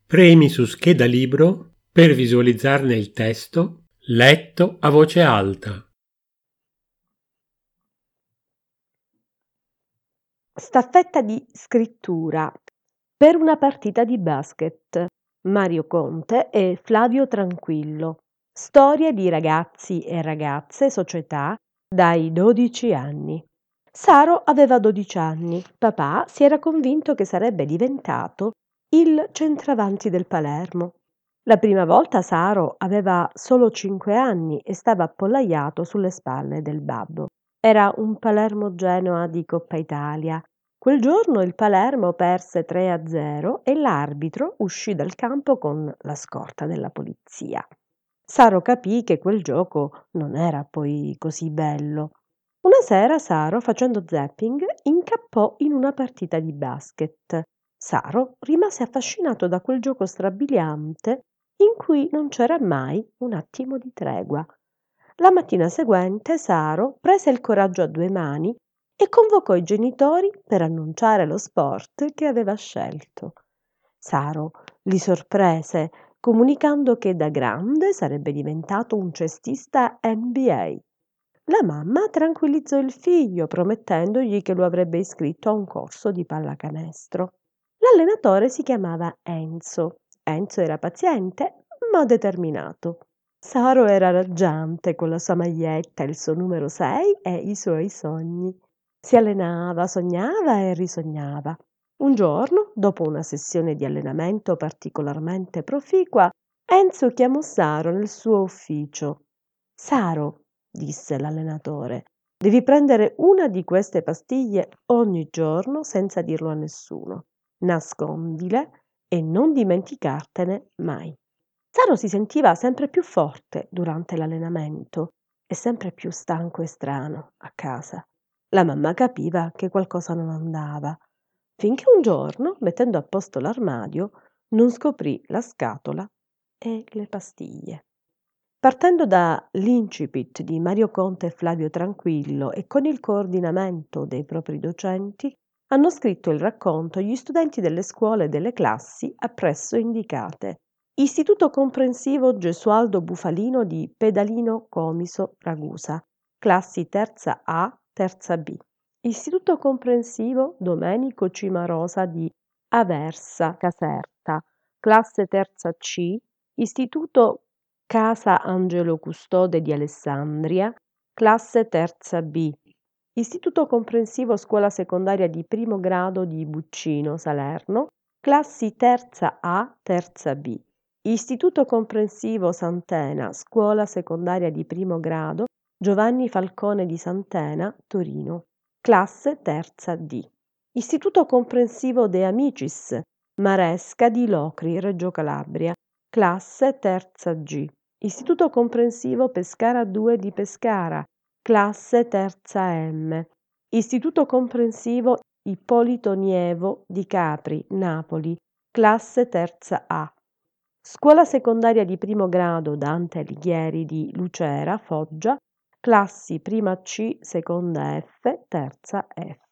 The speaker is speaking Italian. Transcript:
Premi su scheda libro per visualizzarne il testo letto a voce alta. Staffetta di scrittura per una partita di basket. Mario Conte e Flavio Tranquillo. Storie di ragazzi e ragazze, società, dai 12 anni. Saro aveva 12 anni. Papà si era convinto che sarebbe diventato il centravanti del Palermo. La prima volta Saro aveva solo 5 anni e stava appollaiato sulle spalle del babbo. Era un Palermo-Genoa di Coppa Italia. Quel giorno il Palermo perse 3-0 e l'arbitro uscì dal campo con la scorta della polizia. Saro capì che quel gioco non era poi così bello. Una sera Saro, facendo zapping, incappò in una partita di basket. Saro rimase affascinato da quel gioco strabiliante in cui non c'era mai un attimo di tregua. La mattina seguente Saro prese il coraggio a 2 mani e convocò i genitori per annunciare lo sport che aveva scelto. Saro li sorprese comunicando che da grande sarebbe diventato un cestista NBA. La mamma tranquillizzò il figlio promettendogli che lo avrebbe iscritto a un corso di pallacanestro. L'allenatore si chiamava Enzo. Enzo era paziente ma determinato. Saro era raggiante con la sua maglietta, il suo numero 6 e i suoi sogni. Si allenava, sognava e risognava. Un giorno, dopo una sessione di allenamento particolarmente proficua, Enzo chiamò Saro nel suo ufficio. Saro, disse l'allenatore, devi prendere una di queste pastiglie ogni giorno senza dirlo a nessuno. Nascondile e non dimenticartene mai. Saro si sentiva sempre più forte durante l'allenamento e sempre più stanco e strano a casa. La mamma capiva che qualcosa non andava, finché un giorno, mettendo a posto l'armadio, non scoprì la scatola e le pastiglie. Partendo dall'incipit di Mario Conte e Flavio Tranquillo e con il coordinamento dei propri docenti, hanno scritto il racconto gli studenti delle scuole e delle classi appresso indicate. Istituto Comprensivo Gesualdo Bufalino di Pedalino Comiso Ragusa, classi terza A, terza B. Istituto Comprensivo Domenico Cimarosa di Aversa Caserta, classe terza C. Istituto Casa Angelo Custode di Alessandria, classe terza B. Istituto Comprensivo Scuola Secondaria di Primo Grado di Buccino, Salerno, classi terza A, terza B. Istituto Comprensivo Santena, Scuola Secondaria di Primo Grado, Giovanni Falcone di Santena, Torino, classe terza D. Istituto Comprensivo De Amicis, Maresca di Locri, Reggio Calabria, classe terza G. Istituto Comprensivo Pescara 2 di Pescara, classe terza M. Istituto Comprensivo Ippolito Nievo di Capri, Napoli, classe terza A. Scuola secondaria di primo grado Dante Alighieri di Lucera, Foggia, classi prima C, seconda F, terza F.